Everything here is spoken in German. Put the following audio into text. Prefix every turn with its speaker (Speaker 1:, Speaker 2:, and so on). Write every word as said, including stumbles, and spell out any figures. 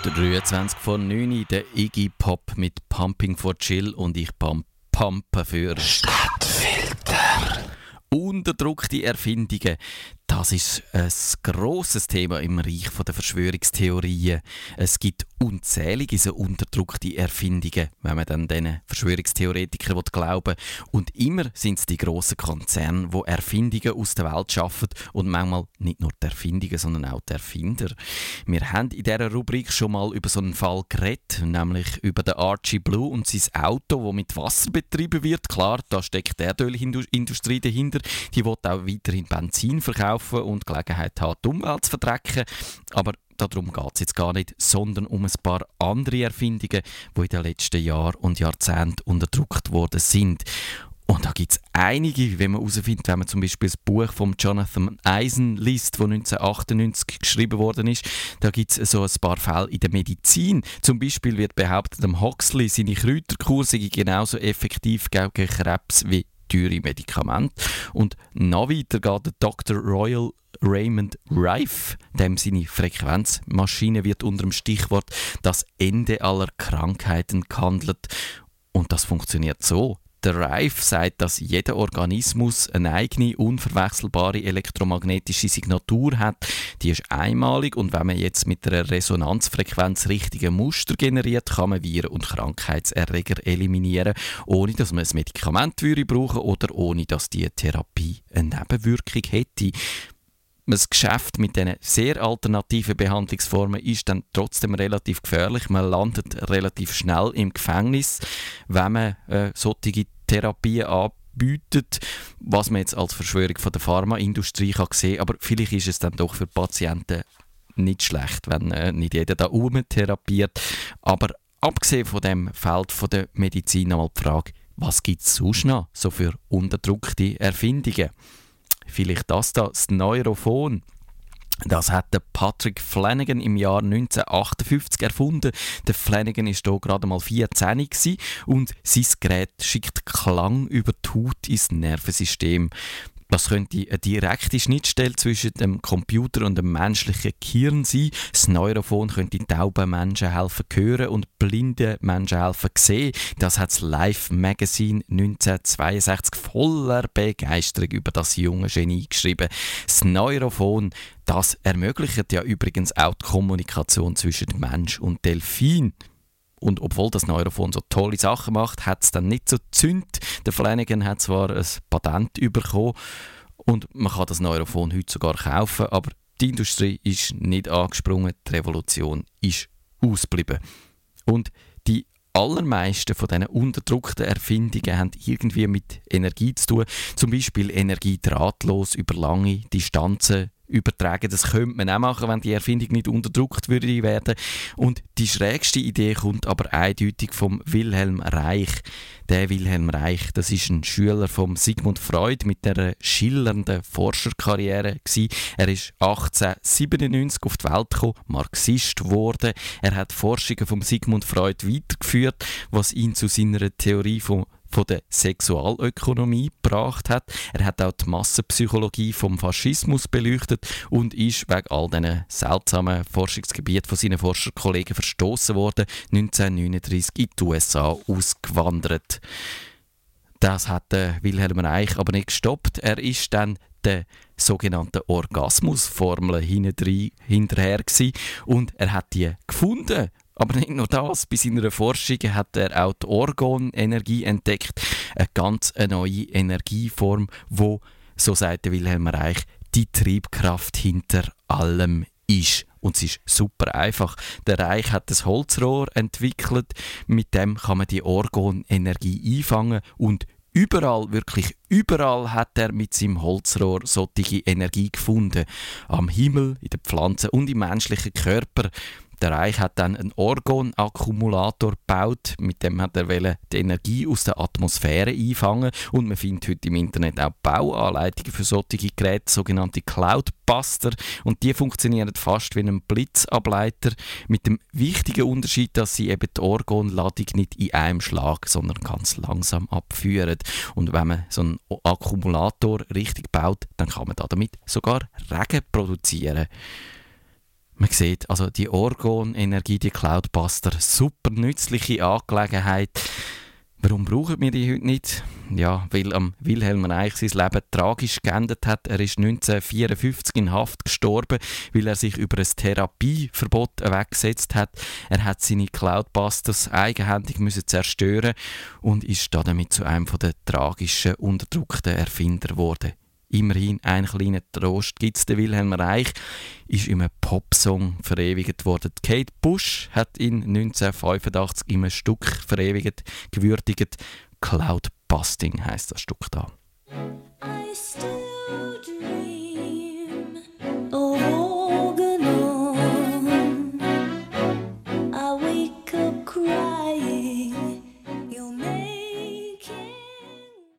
Speaker 1: dreiundzwanzig vor neun, der Iggy Pop mit Pumping for Chill und ich pump, pumpe für Stadtfilter. Unterdrückte Erfindungen, das ist ein grosses Thema im Reich der Verschwörungstheorien. Es gibt unzählige so unterdrückte Erfindungen, wenn man dann diesen Verschwörungstheoretikern glauben will. Und immer sind es die grossen Konzerne, die Erfindungen aus der Welt schaffen und manchmal nicht nur die Erfindungen, sondern auch die Erfinder. Wir haben in dieser Rubrik schon mal über so einen Fall geredet, nämlich über den Archie Blue und sein Auto, das mit Wasser betrieben wird. Klar, da steckt die Erdölindustrie dahinter. Die will auch weiterhin Benzin verkaufen und Gelegenheit haben, die Umwelt zu verdrecken. Aber darum geht es jetzt gar nicht, sondern um ein paar andere Erfindungen, die in den letzten Jahren und Jahrzehnten unterdrückt worden sind. Und da gibt es einige, wie man herausfindet, wenn man zum Beispiel das Buch von Jonathan Eisen liest, das neunzehnhundertachtundneunzig geschrieben worden ist. Da gibt es so ein paar Fälle in der Medizin. Zum Beispiel wird behauptet, dem Huxley seine Kräuterkur sei genauso effektiv gegen Krebs wie teure Medikamente. Und noch weiter geht der Doktor Royal Raymond Rife, dem seine Frequenzmaschine wird unter dem Stichwort das Ende aller Krankheiten gehandelt. Und das funktioniert so. Der Rife sagt, dass jeder Organismus eine eigene, unverwechselbare elektromagnetische Signatur hat. Die ist einmalig und wenn man jetzt mit einer Resonanzfrequenz richtige Muster generiert, kann man Viren und Krankheitserreger eliminieren, ohne dass man ein Medikament würde brauchen oder ohne dass die Therapie eine Nebenwirkung hätte. Das Geschäft mit diesen sehr alternativen Behandlungsformen ist dann trotzdem relativ gefährlich. Man landet relativ schnell im Gefängnis, wenn man äh, solche Therapien anbietet, was man jetzt als Verschwörung von der Pharmaindustrie kann sehen. Aber vielleicht ist es dann doch für Patienten nicht schlecht, wenn äh, nicht jeder da therapiert. Aber abgesehen von dem Feld von der Medizin einmal die Frage, was gibt es sonst noch so für unterdrückte Erfindungen? Vielleicht das da, das Neurophon. Das hat der Patrick Flanagan im Jahr neunzehnhundertachtundfünfzig erfunden. Der Flanagan war hier gerade mal vierzehn und sein Gerät schickt Klang über die Haut ins Nervensystem. Das könnte eine direkte Schnittstelle zwischen dem Computer und dem menschlichen Gehirn sein. Das Neurophon könnte tauben Menschen helfen hören und blinden Menschen helfen sehen. Das hat das Life Magazine neunzehnhundertzweiundsechzig voller Begeisterung über das junge Genie geschrieben. Das Neurophon, das ermöglicht ja übrigens auch die Kommunikation zwischen Mensch und Delfin. Und obwohl das Neurophon so tolle Sachen macht, hat es dann nicht so gezündet. Der Flanagan hat zwar ein Patent bekommen und man kann das Neurophon heute sogar kaufen, aber die Industrie ist nicht angesprungen, die Revolution ist ausgeblieben. Und die allermeisten von diesen unterdrückten Erfindungen haben irgendwie mit Energie zu tun. Zum Beispiel Energie drahtlos über lange Distanzen übertragen. Das könnte man auch machen, wenn die Erfindung nicht unterdrückt würde werden. Und die schrägste Idee kommt aber eindeutig vom Wilhelm Reich. Der Wilhelm Reich, das ist ein Schüler von Sigmund Freud mit einer schillernden Forscherkarriere gewesen. Er ist achtzehnhundertsiebenundneunzig auf die Welt gekommen, Marxist geworden. Er hat Forschungen von Sigmund Freud weitergeführt, was ihn zu seiner Theorie von von der Sexualökonomie gebracht hat. Er hat auch die Massenpsychologie vom Faschismus beleuchtet und ist wegen all diesen seltsamen Forschungsgebieten von seinen Forscherkollegen verstoßen worden, neunzehnhundertneununddreißig in die U S A ausgewandert. Das hat der Wilhelm Reich aber nicht gestoppt. Er ist dann der sogenannten Orgasmusformel hinterher gewesen und er hat die gefunden. Aber nicht nur das, bei seiner Forschung hat er auch die Orgonenergie entdeckt, eine ganz neue Energieform, wo, so sagte Wilhelm Reich, die Triebkraft hinter allem ist. Und es ist super einfach. Der Reich hat das Holzrohr entwickelt, mit dem kann man die Orgonenergie einfangen und überall, wirklich überall hat er mit seinem Holzrohr solche Energie gefunden. Am Himmel, in den Pflanzen und im menschlichen Körper. Der Reich hat dann einen Orgon-Akkumulator gebaut, mit dem hat er die Energie aus der Atmosphäre einfangen und man findet heute im Internet auch Bauanleitungen für solche Geräte, sogenannte Cloudbuster, und die funktionieren fast wie ein Blitzableiter, mit dem wichtigen Unterschied, dass sie eben die Orgonladung nicht in einem Schlag, sondern ganz langsam abführen. Und wenn man so einen Akkumulator richtig baut, dann kann man damit sogar Regen produzieren. Man sieht, also die Orgonenergie, die Cloudbuster, super nützliche Angelegenheit. Warum brauchen wir die heute nicht? Ja, weil am Wilhelm Reich sein Leben tragisch geendet hat. Er ist neunzehnhundertvierundfünfzig in Haft gestorben, weil er sich über ein Therapieverbot weggesetzt hat. Er hat seine Cloudbusters eigenhändig müssen zerstören und ist damit zu einem der tragischen, unterdrückten Erfinder geworden. Immerhin ein kleiner Trost gibt es. Der Wilhelm Reich ist in einem Popsong verewigt worden. Kate Bush hat ihn neunzehnhundertfünfundachtzig in einem Stück verewigt, gewürdigt. Cloudbusting heisst das Stück da.
Speaker 2: I still